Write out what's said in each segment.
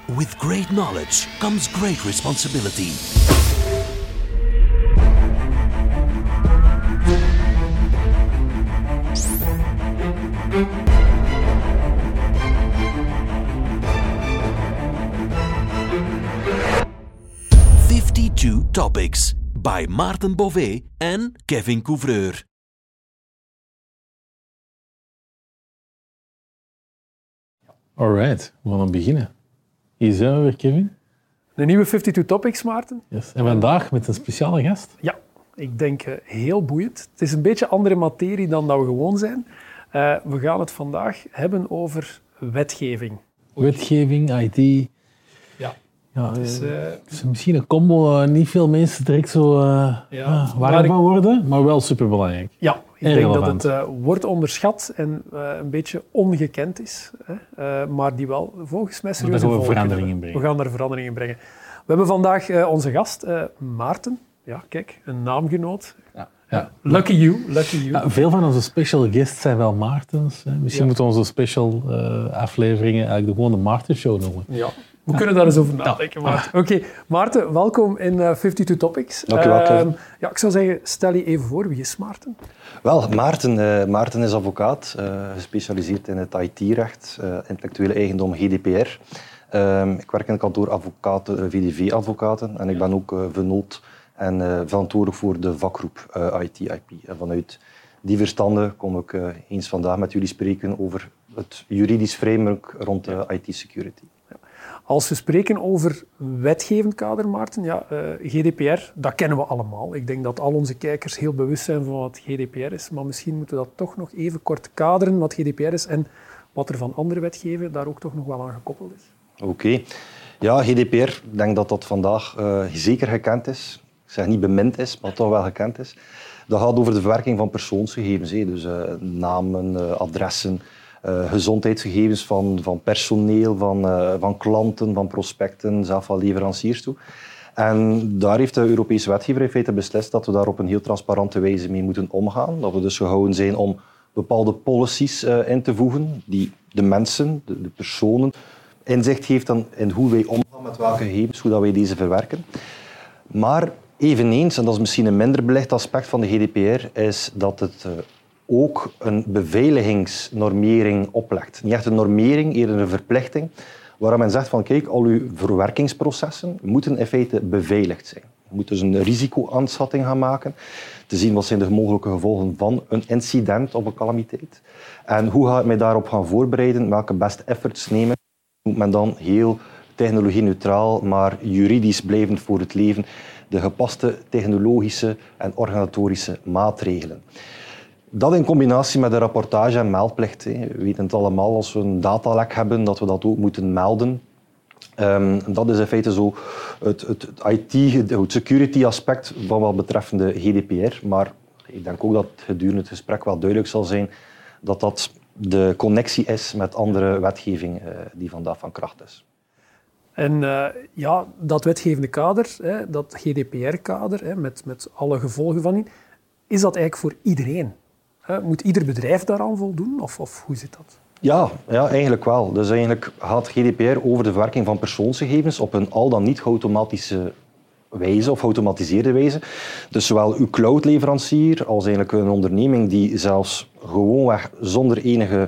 With great knowledge comes great responsibility. "52 Topics" by Maarten Bové en Kevin Couvreur. Alright, we gaan beginnen. Hier zijn we weer, Kevin. De nieuwe 52 Topics, Maarten. Yes. En vandaag met een speciale gast. Ja, ik denk heel boeiend. Het is een beetje andere materie dan dat we gewoon zijn. We gaan het vandaag hebben over wetgeving. Wetgeving, IT. Ja, het is misschien een combo waar niet veel mensen direct zo warm van worden, maar wel superbelangrijk. Ja, ik denk dat het wordt onderschat en een beetje ongekend is. Maar die wel volgens mij serieus we gaan er verandering in brengen. We hebben vandaag onze gast, Maarten. Ja, kijk, een naamgenoot. Ja. Lucky you. Ja, veel van onze special guests zijn wel Maartens. Hè. Misschien moeten we onze special afleveringen eigenlijk gewoon de Maarten Show noemen. Ja. We kunnen daar eens over nadenken, Maarten. Oké, Maarten, welkom in 52 Topics. Dank je wel. Ik zou zeggen, stel je even voor, wie is Maarten? Wel, Maarten is advocaat, gespecialiseerd in het IT-recht, intellectuele eigendom, GDPR. Ik werk in het kantoor VDV-advocaten en ik ben ook vennoot en verantwoordelijk voor de vakgroep IT-IP. En vanuit die verstanden kom ik eens vandaag met jullie spreken over het juridisch framework rond IT-security. Als we spreken over wetgevend kader, Maarten, GDPR, dat kennen we allemaal. Ik denk dat al onze kijkers heel bewust zijn van wat GDPR is, maar misschien moeten we dat toch nog even kort kaderen, wat GDPR is en wat er van andere wetgeving daar ook toch nog wel aan gekoppeld is. Oké. Ja, GDPR, ik denk dat dat vandaag zeker gekend is. Ik zeg niet bemind is, maar toch wel gekend is. Dat gaat over de verwerking van persoonsgegevens, dus namen, adressen, gezondheidsgegevens van personeel, van klanten, van prospecten, zelfs van leveranciers toe. En daar heeft de Europese wetgever in feite beslist dat we daar op een heel transparante wijze mee moeten omgaan. Dat we dus gehouden zijn om bepaalde policies in te voegen die de mensen, de personen, inzicht geeft in hoe wij omgaan met welke gegevens, hoe dat wij deze verwerken. Maar eveneens, en dat is misschien een minder belicht aspect van de GDPR, is dat het ook een beveiligingsnormering oplegt. Niet echt een normering, eerder een verplichting, waar men zegt van kijk, al uw verwerkingsprocessen moeten in feite beveiligd zijn. Je moet dus een risicoinschatting gaan maken, te zien wat zijn de mogelijke gevolgen van een incident of een calamiteit. En hoe ga ik mij daarop gaan voorbereiden, welke best efforts nemen, moet men dan heel technologie-neutraal, maar juridisch blijvend voor het leven, de gepaste technologische en organisatorische maatregelen. Dat in combinatie met de rapportage en meldplicht. We weten het allemaal, als we een datalek hebben, dat we dat ook moeten melden. Dat is in feite zo het IT, het security aspect van wat betreffende GDPR. Maar ik denk ook dat gedurende het gesprek wel duidelijk zal zijn dat dat de connectie is met andere wetgeving die vandaag van kracht is. En dat wetgevende kader, dat GDPR-kader, met alle gevolgen van die, is dat eigenlijk voor iedereen? Moet ieder bedrijf daaraan voldoen, of hoe zit dat? Ja, eigenlijk wel. Dus eigenlijk gaat GDPR over de verwerking van persoonsgegevens op een al dan niet geautomatische wijze of geautomatiseerde wijze. Dus zowel uw cloudleverancier als eigenlijk een onderneming die zelfs gewoonweg zonder enige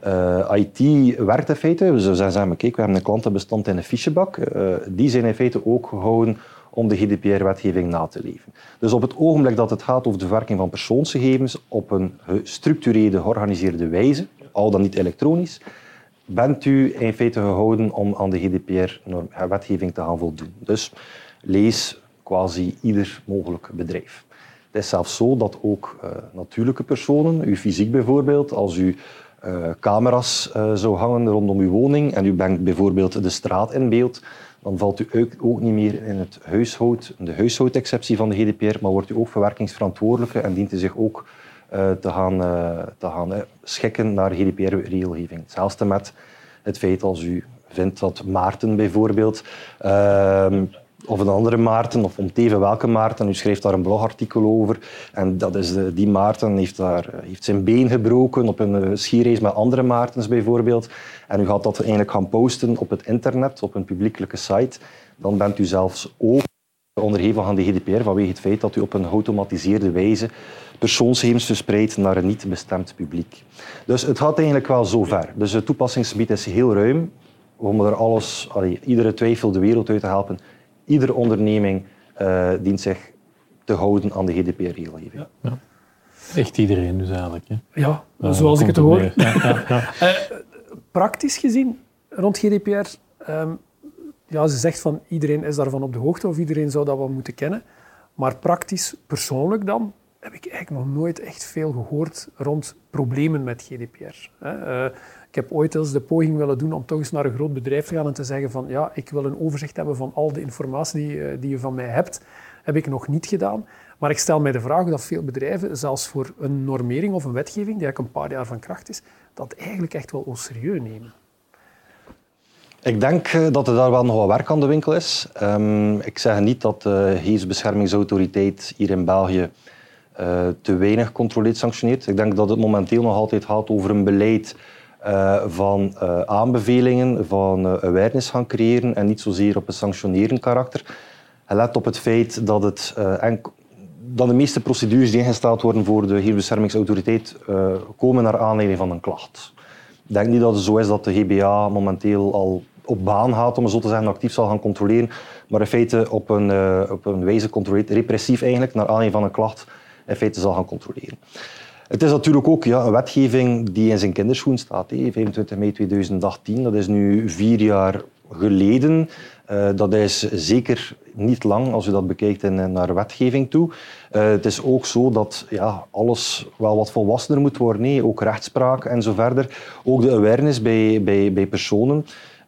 IT werkt in feite. Dus we zeggen, kijk, we hebben een klantenbestand in een fichebak. Die zijn in feite ook gehouden om de GDPR-wetgeving na te leven. Dus op het ogenblik dat het gaat over de verwerking van persoonsgegevens op een gestructureerde, georganiseerde wijze, al dan niet elektronisch, bent u in feite gehouden om aan de GDPR-wetgeving te gaan voldoen. Dus lees quasi ieder mogelijk bedrijf. Het is zelfs zo dat ook natuurlijke personen, u fysiek bijvoorbeeld, als u camera's zou hangen rondom uw woning en u brengt bijvoorbeeld de straat in beeld, dan valt u ook niet meer in de huishoudexceptie van de GDPR, maar wordt u ook verwerkingsverantwoordelijke en dient u zich ook te gaan schikken naar GDPR-regelgeving. Hetzelfde met het feit als u vindt dat Maarten bijvoorbeeld of een andere Maarten, of om teven welke Maarten. U schrijft daar een blogartikel over. En dat is die Maarten heeft zijn been gebroken op een skireis met andere Maartens bijvoorbeeld. En u gaat dat eigenlijk gaan posten op het internet, op een publiekelijke site. Dan bent u zelfs ook onderhevig aan de GDPR vanwege het feit dat u op een geautomatiseerde wijze persoonsgegevens verspreidt naar een niet bestemd publiek. Dus het gaat eigenlijk wel zo ver. Dus het toepassingsgebied is heel ruim om er iedere twijfel de wereld uit te helpen. Iedere onderneming dient zich te houden aan de GDPR-regelgeving. Ja. Echt iedereen dus eigenlijk. Hè? Ja, zoals ik het hoor. Ja. Praktisch gezien, rond GDPR, ze zegt van iedereen is daarvan op de hoogte of iedereen zou dat wel moeten kennen. Maar praktisch, persoonlijk dan, heb ik eigenlijk nog nooit echt veel gehoord rond problemen met GDPR. Ik heb ooit eens de poging willen doen om toch eens naar een groot bedrijf te gaan en te zeggen van ja, ik wil een overzicht hebben van al de informatie die je van mij hebt. Heb ik nog niet gedaan. Maar ik stel mij de vraag dat veel bedrijven, zelfs voor een normering of een wetgeving die eigenlijk een paar jaar van kracht is, dat eigenlijk echt wel au serieus nemen. Ik denk dat er daar wel nog wat werk aan de winkel is. Ik zeg niet dat de gegevensbeschermingsautoriteit hier in België te weinig controleert, sanctioneert. Ik denk dat het momenteel nog altijd gaat over een beleid van aanbevelingen, van awareness gaan creëren en niet zozeer op een sanctionerend karakter. En let op het feit dat de meeste procedures die ingesteld worden voor de gegevensbeschermingsautoriteit komen naar aanleiding van een klacht. Ik denk niet dat het zo is dat de GBA momenteel al op baan gaat, om zo te zeggen, actief zal gaan controleren, maar in feite op een wijze controleert, repressief eigenlijk, naar aanleiding van een klacht, in feite zal gaan controleren. Het is natuurlijk ook een wetgeving die in zijn kinderschoen staat. 25 mei 2018, dat is nu 4 jaar geleden. Dat is zeker niet lang als je dat bekijkt naar wetgeving toe. Het is ook zo dat alles wel wat volwassener moet worden, ook rechtspraak en zo verder. Ook de awareness bij personen.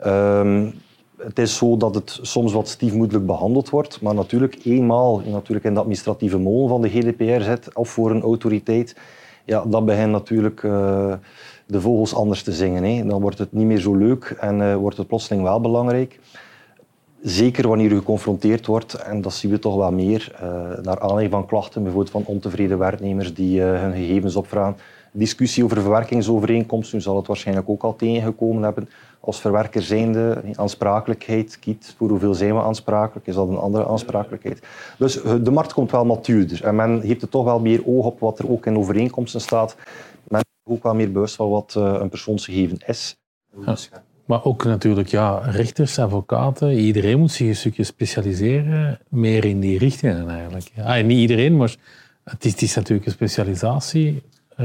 Het is zo dat het soms wat stiefmoedelijk behandeld wordt, maar natuurlijk eenmaal in de administratieve molen van de GDPR zit of voor een autoriteit, dan beginnen natuurlijk de vogels anders te zingen. Dan wordt het niet meer zo leuk en wordt het plotseling wel belangrijk. Zeker wanneer u geconfronteerd wordt, en dat zien we toch wel meer, naar aanleiding van klachten, bijvoorbeeld van ontevreden werknemers die hun gegevens opvragen. Discussie over verwerkingsovereenkomsten, u zal het waarschijnlijk ook al tegengekomen hebben. Als verwerker zijnde, aansprakelijkheid, kiet, voor hoeveel zijn we aansprakelijk, is dat een andere aansprakelijkheid. Dus de markt komt wel matuurder en men heeft er toch wel meer oog op wat er ook in overeenkomsten staat. Men is ook wel meer bewust van wat een persoonsgegeven is. Ja. Maar ook natuurlijk rechters, advocaten, iedereen moet zich een stukje specialiseren, meer in die richtingen eigenlijk. Niet iedereen, maar het is natuurlijk een specialisatie.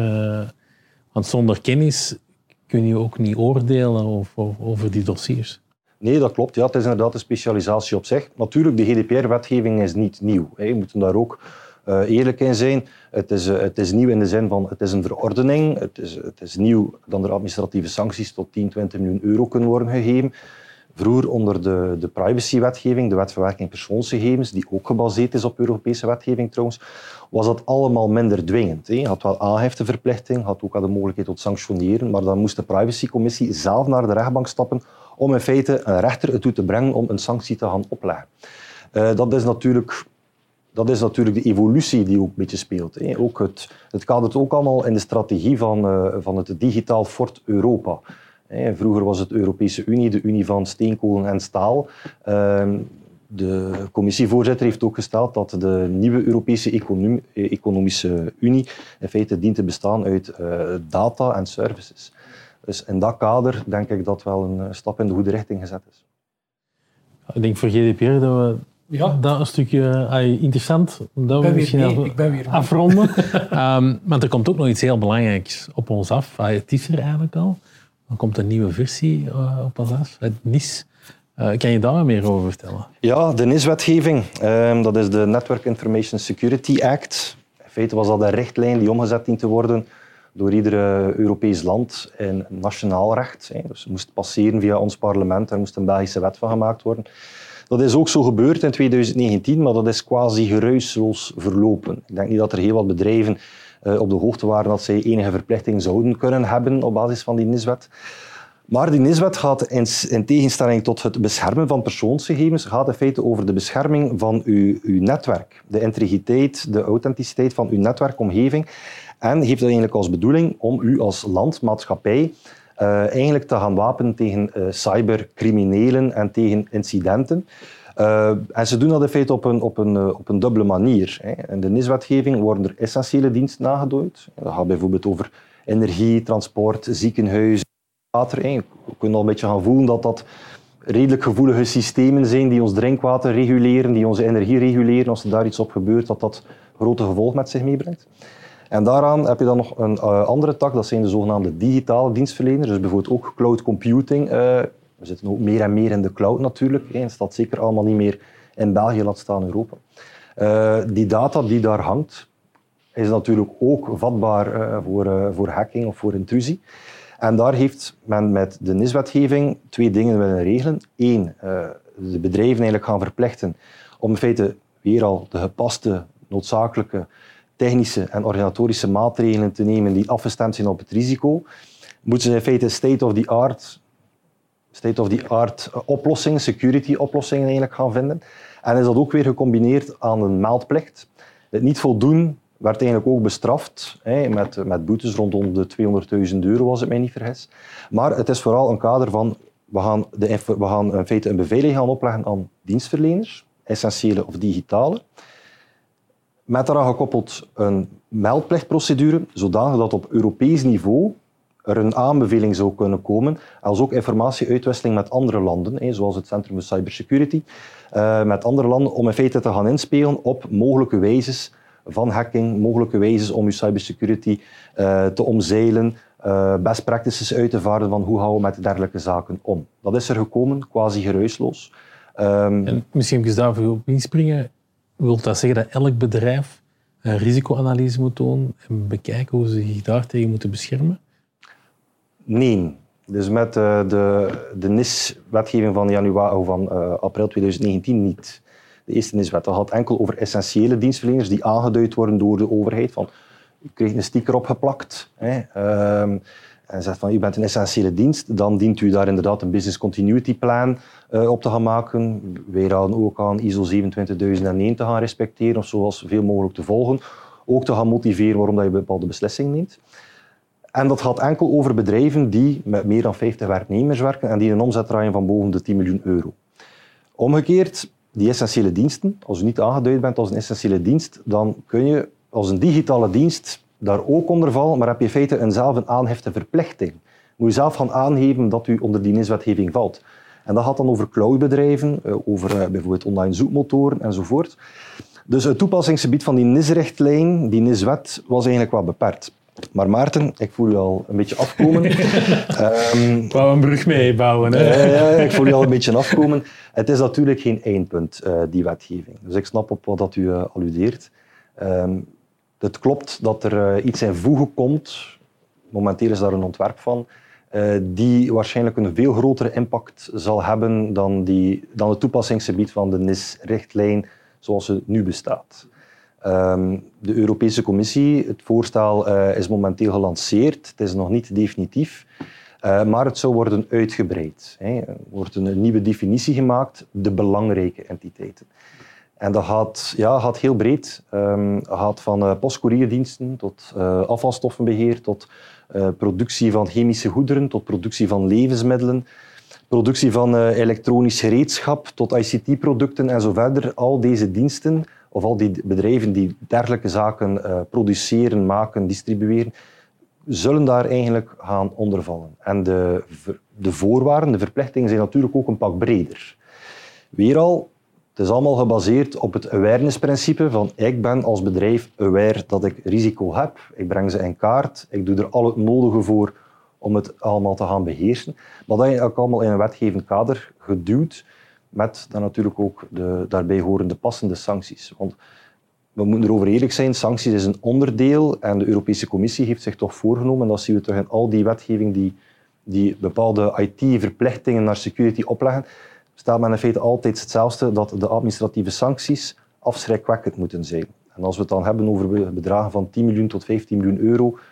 Want zonder kennis kun je ook niet oordelen over die dossiers. Nee, dat klopt. Het is inderdaad een specialisatie op zich. Natuurlijk, de GDPR-wetgeving is niet nieuw. We moeten daar ook eerlijk in zijn. Het is nieuw in de zin van, het is een verordening. Het is nieuw dat er administratieve sancties tot 10, 20 miljoen euro kunnen worden gegeven. Vroeger onder de privacywetgeving, de wet verwerking persoonsgegevens, die ook gebaseerd is op Europese wetgeving trouwens, was dat allemaal minder dwingend. Je had wel aangifteverplichting, had ook de mogelijkheid tot sanctioneren, maar dan moest de privacycommissie zelf naar de rechtbank stappen om in feite een rechter ertoe te brengen om een sanctie te gaan opleggen. Dat is natuurlijk de evolutie die ook een beetje speelt. Ook het kadert ook allemaal in de strategie van het digitaal Fort Europa. Vroeger was het de Europese Unie, de Unie van steenkolen en staal. De commissievoorzitter heeft ook gesteld dat de nieuwe Europese Economische Unie in feite dient te bestaan uit data en services. Dus in dat kader denk ik dat wel een stap in de goede richting gezet is. Ik denk voor GDPR dat we dat een stukje interessant dat we misschien afronden. Maar er komt ook nog iets heel belangrijks op ons af. Het is er eigenlijk al. Dan komt een nieuwe versie op ons af, het NIS. Kan je daar wat meer over vertellen? Ja, de NIS-wetgeving, dat is de Network Information Security Act. In feite was dat een richtlijn die omgezet dient te worden door ieder Europees land in nationaal recht. Dus het moest passeren via ons parlement, er moest een Belgische wet van gemaakt worden. Dat is ook zo gebeurd in 2019, maar dat is quasi geruisloos verlopen. Ik denk niet dat er heel wat bedrijven op de hoogte waren dat zij enige verplichting zouden kunnen hebben op basis van die NIS-wet. Maar die NIS-wet gaat in tegenstelling tot het beschermen van persoonsgegevens, gaat in feite over de bescherming van uw netwerk. De integriteit, de authenticiteit van uw netwerkomgeving. En heeft eigenlijk als bedoeling om u als land, maatschappij, eigenlijk te gaan wapenen tegen cybercriminelen en tegen incidenten. En ze doen dat in feite op een dubbele manier. Hè. In de NIS-wetgeving worden er essentiële diensten aangeduid. Dat gaat bijvoorbeeld over energie, transport, ziekenhuis, water. We kunnen al een beetje gaan voelen dat dat redelijk gevoelige systemen zijn die ons drinkwater reguleren, die onze energie reguleren. Als er daar iets op gebeurt, dat dat grote gevolgen met zich meebrengt. En daaraan heb je dan nog een andere tak, dat zijn de zogenaamde digitale dienstverleners. Dus bijvoorbeeld ook cloud computing. We zitten ook meer en meer in de cloud natuurlijk. Het staat zeker allemaal niet meer in België, laat staan in Europa. Die data die daar hangt, is natuurlijk ook vatbaar voor hacking of voor intrusie. En daar heeft men met de NIS-wetgeving 2 dingen willen regelen. 1, de bedrijven eigenlijk gaan verplichten om in feite weer al de gepaste, noodzakelijke technische en organisatorische maatregelen te nemen die afgestemd zijn op het risico. Moeten ze in feite state-of-the-art oplossingen, security-oplossingen eigenlijk gaan vinden. En is dat ook weer gecombineerd aan een meldplicht. Het niet voldoen werd eigenlijk ook bestraft, met boetes rondom de €200.000, als ik mij niet vergis. Maar het is vooral een kader van, we gaan in feite een beveiliging gaan opleggen aan dienstverleners, essentiële of digitale. Met daaraan gekoppeld een meldplichtprocedure, zodanig dat op Europees niveau er een aanbeveling zou kunnen komen, als ook informatieuitwisseling met andere landen, zoals het Centrum voor Cybersecurity, met andere landen, om in feite te gaan inspelen op mogelijke wijzes van hacking, mogelijke wijzes om je cybersecurity te omzeilen, best practices uit te vaardigen van hoe gaan we met dergelijke zaken om. Dat is er gekomen, quasi geruisloos. En misschien even daarvoor op inspringen. Wil dat zeggen dat elk bedrijf een risicoanalyse moet doen en bekijken hoe ze zich daartegen moeten beschermen? Nee. Dus met de NIS-wetgeving van april 2019 niet. De eerste NIS-wet. Dat gaat enkel over essentiële dienstverleners die aangeduid worden door de overheid. Van, u krijgt een sticker opgeplakt en zegt van, u bent een essentiële dienst. Dan dient u daar inderdaad een business continuity plan op te gaan maken. Wij raden ook aan ISO 27001 te gaan respecteren of zoals veel mogelijk te volgen. Ook te gaan motiveren waarom dat je bepaalde beslissingen neemt. En dat gaat enkel over bedrijven die met meer dan 50 werknemers werken en die een omzet draaien van boven de €10 miljoen. Omgekeerd, die essentiële diensten, als u niet aangeduid bent als een essentiële dienst, dan kun je als een digitale dienst daar ook onder vallen, maar heb je in feite zelf een aanhefteverplichting. Moet je zelf gaan aangeven dat u onder die NIS-wetgeving valt. En dat gaat dan over cloudbedrijven, over bijvoorbeeld online zoekmotoren enzovoort. Dus het toepassingsgebied van die NIS-richtlijn, die NIS-wet, was eigenlijk wat beperkt. Maar Maarten, ik voel je al een beetje afkomen. Wou een brug mee bouwen. Hè? Ja, ik voel je al een beetje afkomen. Het is natuurlijk geen eindpunt, die wetgeving. Dus ik snap op wat u alludeert. Het klopt dat er iets in voegen komt. Momenteel is daar een ontwerp van. Die waarschijnlijk een veel grotere impact zal hebben dan het toepassingsgebied van de NIS-richtlijn zoals ze nu bestaat. De Europese Commissie, het voorstel is momenteel gelanceerd. Het is nog niet definitief, maar het zou worden uitgebreid. Er wordt een nieuwe definitie gemaakt, de belangrijke entiteiten. En dat gaat heel breed. Het gaat van postcourierdiensten tot afvalstoffenbeheer, tot productie van chemische goederen, tot productie van levensmiddelen, productie van elektronisch gereedschap, tot ICT-producten en zo verder. Al deze diensten, of al die bedrijven die dergelijke zaken produceren, maken, distribueren, zullen daar eigenlijk gaan ondervallen. En de voorwaarden, de verplichtingen zijn natuurlijk ook een pak breder. Weer al, het is allemaal gebaseerd op het awareness-principe van ik ben als bedrijf aware dat ik risico heb, ik breng ze in kaart, ik doe er al het nodige voor om het allemaal te gaan beheersen. Maar dat is ook allemaal in een wetgevend kader geduwd, met dan natuurlijk ook de daarbij horende passende sancties. Want we moeten erover eerlijk zijn, sancties is een onderdeel en de Europese Commissie heeft zich toch voorgenomen, en dat zien we toch in al die wetgeving die bepaalde IT-verplichtingen naar security opleggen, staat men in feite altijd hetzelfde, dat de administratieve sancties afschrikwekkend moeten zijn. En als we het dan hebben over bedragen van 10 miljoen tot 15 miljoen euro,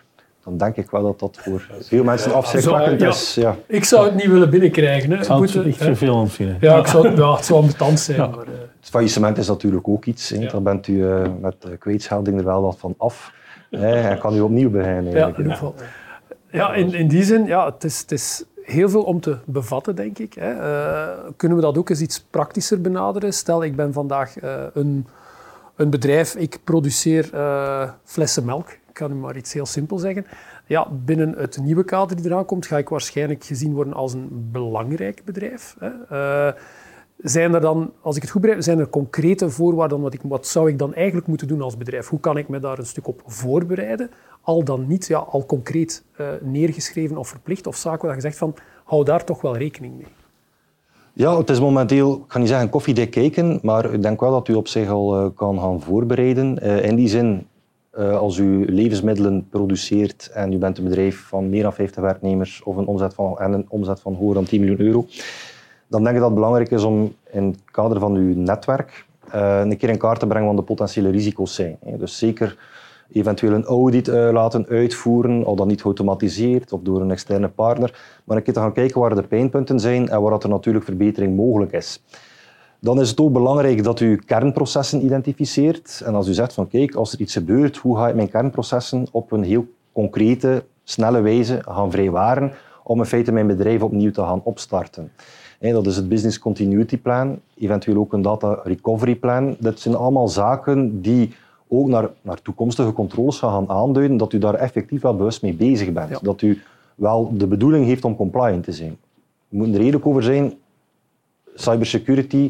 dan denk ik wel dat dat voor veel mensen afschrikwekkend is. Ja. Ik zou het niet willen binnenkrijgen. Hè. Ik zou het echt vervelend vinden. Ja, het zou ambetant zijn. Ja. Maar, het faillissement is natuurlijk ook iets. Ja. Daar bent u met kwijtschelding er wel wat van af. En kan u opnieuw beginnen. Ja, in ieder geval. Ja, in die zin, ja, het is heel veel om te bevatten, denk ik. Hè. Kunnen we dat ook eens iets praktischer benaderen? Stel, ik ben vandaag een bedrijf, ik produceer flessen melk. Ik kan u maar iets heel simpel zeggen. Ja, binnen het nieuwe kader die eraan komt, ga ik waarschijnlijk gezien worden als een belangrijk bedrijf. Hè. Zijn er dan, als ik het goed begrijp, zijn er concrete voorwaarden? Wat zou ik dan eigenlijk moeten doen als bedrijf? Hoe kan ik me daar een stuk op voorbereiden? Al dan niet, ja, al concreet neergeschreven of verplicht, of zaken waar je zegt van, hou daar toch wel rekening mee. Ja, het is momenteel, ik ga niet zeggen koffiedik kijken, maar ik denk wel dat u op zich al kan gaan voorbereiden. In die zin, als u levensmiddelen produceert en u bent een bedrijf van meer dan 50 werknemers of een omzet van hoger dan 10 miljoen euro, dan denk ik dat het belangrijk is om in het kader van uw netwerk een keer in kaart te brengen wat de potentiële risico's zijn. Dus zeker eventueel een audit laten uitvoeren, al dan niet geautomatiseerd of door een externe partner, maar een keer te gaan kijken waar de pijnpunten zijn en waar er natuurlijk verbetering mogelijk is. Dan is het ook belangrijk dat u kernprocessen identificeert. En als u zegt van kijk, als er iets gebeurt, hoe ga ik mijn kernprocessen op een heel concrete, snelle wijze gaan vrijwaren om in feite mijn bedrijf opnieuw te gaan opstarten. Dat is het Business Continuity Plan, eventueel ook een Data Recovery Plan. Dat zijn allemaal zaken die ook naar toekomstige controles gaan aanduiden dat u daar effectief wel bewust mee bezig bent. Ja. Dat u wel de bedoeling heeft om compliant te zijn. We moeten er eerlijk over zijn, cybersecurity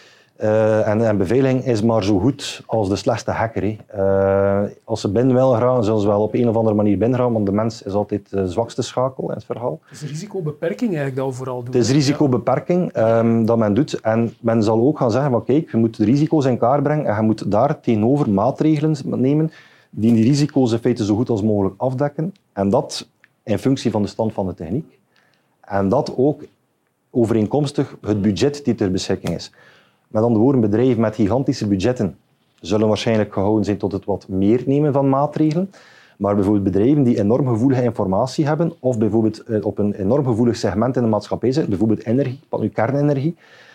en beveiliging is maar zo goed als de slechtste hacker. Als ze binnen willen gaan, zullen ze wel op een of andere manier binnen gaan, want de mens is altijd de zwakste schakel in het verhaal. Het is risicobeperking eigenlijk dat we vooral doen. Het is risicobeperking dat men doet. En men zal ook gaan zeggen van kijk, je moet de risico's in kaart brengen en je moet daar tegenover maatregelen nemen die risico's in feite zo goed als mogelijk afdekken. En dat in functie van de stand van de techniek. En dat ook overeenkomstig het budget die ter beschikking is. Met andere woorden, bedrijven met gigantische budgetten zullen waarschijnlijk gehouden zijn tot het wat meer nemen van maatregelen. Maar bijvoorbeeld bedrijven die enorm gevoelige informatie hebben, of bijvoorbeeld op een enorm gevoelig segment in de maatschappij zitten, bijvoorbeeld energie, nu kernenergie,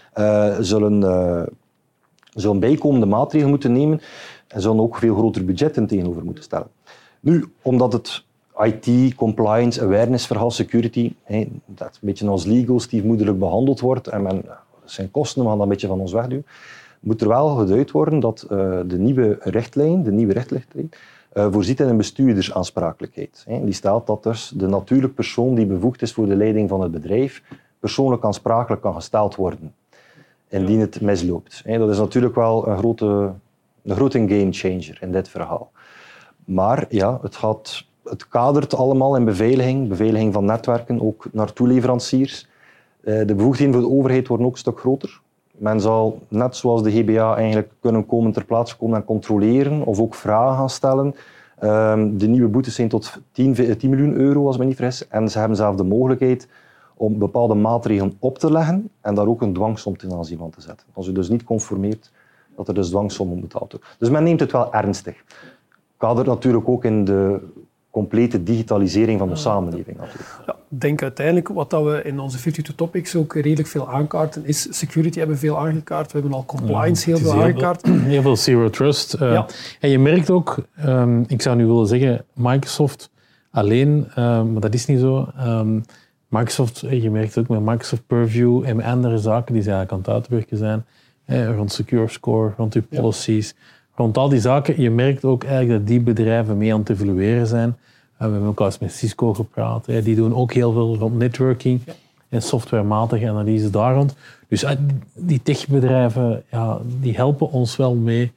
zullen bijkomende maatregelen moeten nemen en zullen ook veel grotere budgetten tegenover moeten stellen. Nu, omdat het IT, compliance, awareness verhaal, security, dat een beetje als legal stiefmoederlijk behandeld wordt en zijn kosten, we gaan dat een beetje van ons wegduwen, moet er wel geduid worden dat de nieuwe richtlijn voorziet in een bestuurdersaansprakelijkheid. Die stelt dat dus de natuurlijke persoon die bevoegd is voor de leiding van het bedrijf persoonlijk aansprakelijk kan gesteld worden, indien het misloopt. Dat is natuurlijk wel een grote gamechanger in dit verhaal. Maar ja, het kadert allemaal in beveiliging van netwerken, ook naar toeleveranciers. De bevoegdheden voor de overheid worden ook een stuk groter. Men zal, net zoals de GBA, eigenlijk kunnen komen ter plaatse komen en controleren of ook vragen gaan stellen. De nieuwe boetes zijn tot 10 miljoen euro, als ik me niet vergis. En ze hebben zelf de mogelijkheid om bepaalde maatregelen op te leggen en daar ook een dwangsom ten aanzien van te zetten. Als u dus niet conformeert, dat er dus dwangsom betaald wordt. Dus men neemt het wel ernstig. Kadert natuurlijk ook in de complete digitalisering van de samenleving. Ja, ik denk uiteindelijk wat dat we in onze 52 Topics ook redelijk veel aankaarten is security hebben we veel aangekaart. We hebben al compliance heel veel aangekaart. Heel veel zero trust. En je merkt ook, ik zou nu willen zeggen Microsoft alleen, maar dat is niet zo. Microsoft, je merkt ook met Microsoft Purview en met andere zaken die ze eigenlijk aan het uitwerken zijn. Rond Secure Score, rond uw policies. Rond al die zaken, je merkt ook eigenlijk dat die bedrijven mee aan het evolueren zijn. We hebben ook al eens met Cisco gepraat. Die doen ook heel veel rond networking en softwarematige analyse daar rond. Dus die techbedrijven, die helpen ons wel mee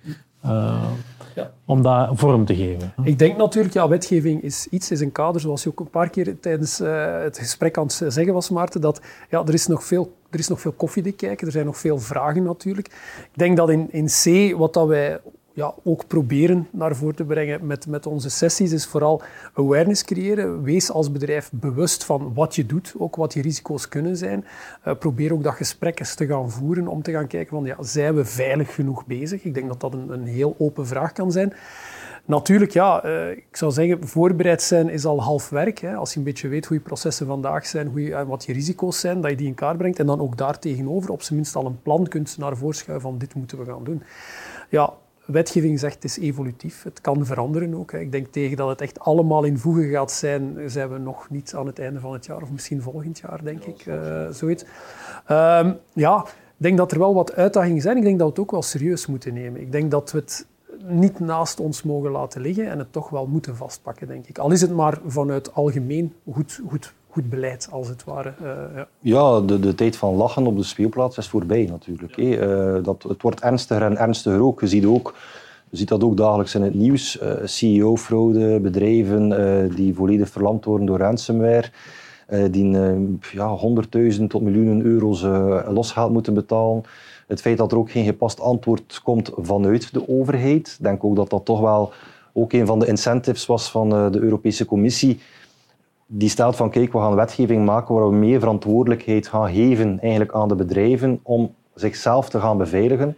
om dat vorm te geven. Ik denk natuurlijk, wetgeving is een kader, zoals je ook een paar keer tijdens het gesprek aan het zeggen was, Maarten, dat er is nog veel koffiedik kijken, er zijn nog veel vragen natuurlijk. Ik denk dat in C, wat dat wij ook proberen naar voren te brengen met onze sessies, is vooral awareness creëren. Wees als bedrijf bewust van wat je doet, ook wat je risico's kunnen zijn. Probeer ook dat gesprek eens te gaan voeren om te gaan kijken van, zijn we veilig genoeg bezig? Ik denk dat dat een heel open vraag kan zijn. Natuurlijk, ja, ik zou zeggen, voorbereid zijn is al half werk. Hè. Als je een beetje weet hoe je processen vandaag zijn, wat je risico's zijn, dat je die in kaart brengt en dan ook daar tegenover op zijn minst al een plan kunt naar voren schuiven van dit moeten we gaan doen. Ja, wetgeving zegt het is evolutief, het kan veranderen ook. Hè. Ik denk tegen dat het echt allemaal in voegen gaat zijn we nog niet aan het einde van het jaar of misschien volgend jaar, denk ik. Zoiets. Ja, ik denk dat er wel wat uitdagingen zijn. Ik denk dat we het ook wel serieus moeten nemen. Ik denk dat we het niet naast ons mogen laten liggen en het toch wel moeten vastpakken, denk ik. Al is het maar vanuit algemeen goed beleid, als het ware. Ja, de tijd van lachen op de speelplaats is voorbij natuurlijk. Het wordt ernstiger en ernstiger ook. Je ziet dat ook dagelijks in het nieuws. CEO-fraude, bedrijven die volledig verlamd worden door ransomware, die 100.000 tot miljoenen euro's losgeld moeten betalen. Het feit dat er ook geen gepast antwoord komt vanuit de overheid. Ik denk ook dat dat toch wel ook een van de incentives was van de Europese Commissie. Die stelt van, kijk, we gaan wetgeving maken waar we meer verantwoordelijkheid gaan geven eigenlijk aan de bedrijven om zichzelf te gaan beveiligen.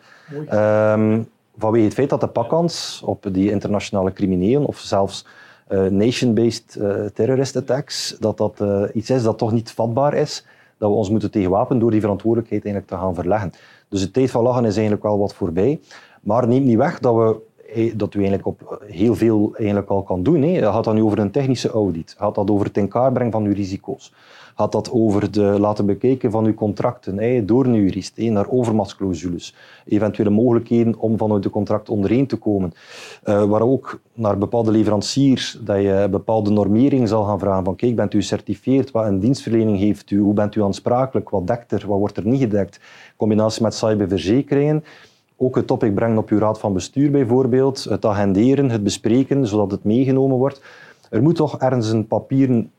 Vanwege het feit dat de pakkans op die internationale criminelen of zelfs nation-based terrorist attacks, dat iets is dat toch niet vatbaar is, dat we ons moeten tegenwapenen door die verantwoordelijkheid eigenlijk te gaan verleggen. Dus de tijd van lachen is eigenlijk wel wat voorbij. Maar neemt niet weg dat u eigenlijk op heel veel eigenlijk al kan doen. Hè. Gaat dat nu over een technische audit? Gaat dat over het in kaart brengen van uw risico's? Gaat dat over het laten bekijken van uw contracten door een jurist, naar overmachtsclausules, eventuele mogelijkheden om vanuit de contract ondereen te komen, waar ook naar bepaalde leveranciers dat je bepaalde normering zal gaan vragen van kijk, bent u gecertificeerd, wat een dienstverlening heeft u, hoe bent u aansprakelijk, wat dekt er, wat wordt er niet gedekt, in combinatie met cyberverzekeringen. Ook het topic brengen op uw raad van bestuur bijvoorbeeld, het agenderen, het bespreken, zodat het meegenomen wordt. Er moet toch ergens een papieren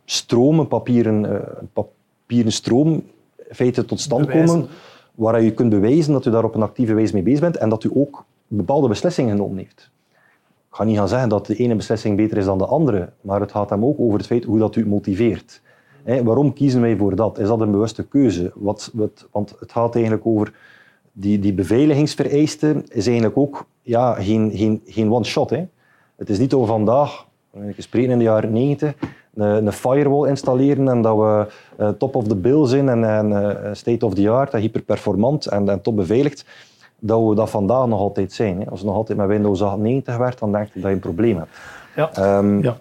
stroom in feite tot stand komen, waar je kunt bewijzen dat u daar op een actieve wijze mee bezig bent en dat u ook bepaalde beslissingen genomen heeft. Ik ga niet gaan zeggen dat de ene beslissing beter is dan de andere, maar het gaat hem ook over het feit hoe dat u het motiveert. Waarom kiezen wij voor dat? Is dat een bewuste keuze? Want het gaat eigenlijk over die beveiligingsvereisten is eigenlijk ook geen one-shot. Het is niet over vandaag, gesproken in de jaren 90, een firewall installeren en dat we top of the bill zijn en state of the art en hyperperformant en top beveiligd, dat we dat vandaag nog altijd zijn. Als je nog altijd met Windows 98 werkt, dan denk ik dat je een probleem hebt. Ja.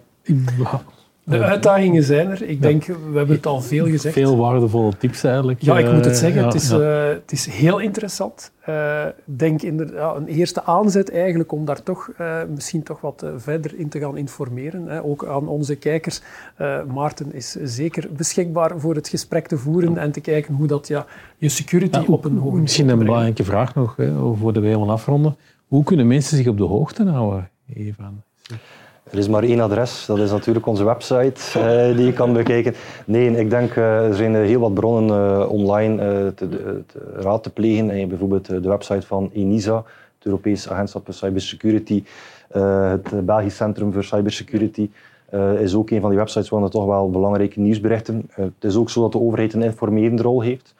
De uitdagingen zijn er. Ik denk, we hebben het al veel gezegd. Veel waardevolle tips eigenlijk. Ja, ik moet het zeggen. Het is heel interessant. Denk inderdaad een eerste aanzet eigenlijk om daar toch misschien toch wat verder in te gaan informeren. Ook aan onze kijkers. Maarten is zeker beschikbaar voor het gesprek te voeren en te kijken hoe dat je security op een hoger misschien een belangrijke vraag nog, voordat we helemaal afronden. Hoe kunnen mensen zich op de hoogte houden, Eva? Er is maar één adres, dat is natuurlijk onze website die je kan bekijken. Nee, ik denk er zijn heel wat bronnen online te raad te plegen. En bijvoorbeeld de website van ENISA, het Europees Agentschap voor Cybersecurity, het Belgisch Centrum voor Cybersecurity, is ook een van die websites waar er toch wel belangrijke nieuwsberichten. Het is ook zo dat de overheid een informerende rol heeft.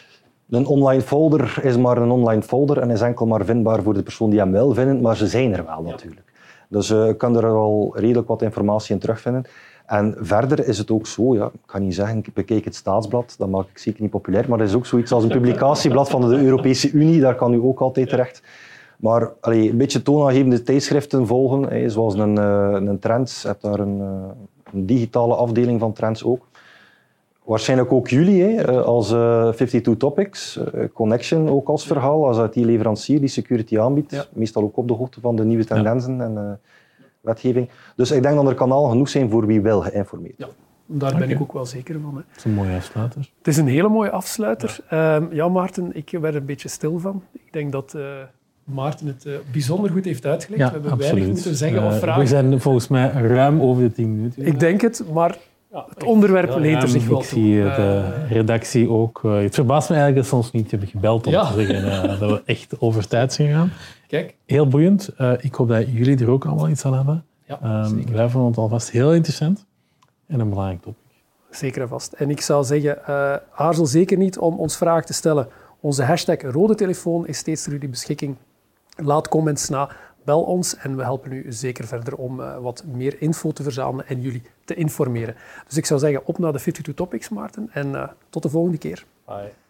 Een online folder is maar een online folder en is enkel maar vindbaar voor de persoon die hem wil vinden, maar ze zijn er wel natuurlijk. Dus je kan er al redelijk wat informatie in terugvinden. En verder is het ook zo, ik kan niet zeggen, ik bekijk het Staatsblad, dat maak ik zeker niet populair, maar er is ook zoiets als een publicatieblad van de Europese Unie, daar kan u ook altijd terecht. Maar een beetje toonaangevende tijdschriften volgen, zoals een Trends, je hebt daar een digitale afdeling van Trends ook. Waarschijnlijk ook jullie, als 52 Topics, Connection ook als verhaal, als IT-leverancier die security aanbiedt. Meestal ook op de hoogte van de nieuwe tendensen en wetgeving. Dus ik denk dat er kanalen genoeg zijn voor wie wil geïnformeerd. Ja, daar ben ik ook wel zeker van. Dat is een mooie afsluiter. Het is een hele mooie afsluiter. Maarten, ik werd een beetje stil van. Ik denk dat Maarten het bijzonder goed heeft uitgelegd. We hebben weinig moeten zeggen of vragen. We zijn volgens mij ruim over de 10 minuten. Ik denk het, maar het onderwerp leent er zich wel toe. Ik zie de redactie ook. Het verbaast me eigenlijk dat ze ons niet hebben gebeld om te zeggen dat we echt over tijd zijn gegaan. Kijk. Heel boeiend. Ik hoop dat jullie er ook allemaal iets aan hebben. Ja, zeker. Wij vonden het alvast heel interessant en een belangrijk topic. Zeker en vast. En ik zou zeggen, aarzel zeker niet om ons vragen te stellen. Onze hashtag Rode Telefoon is steeds ter jullie beschikking. Laat comments na. bel ons en we helpen u zeker verder om wat meer info te verzamelen en jullie te informeren. Dus ik zou zeggen, op naar de 52 Topics, Maarten, en tot de volgende keer. Bye.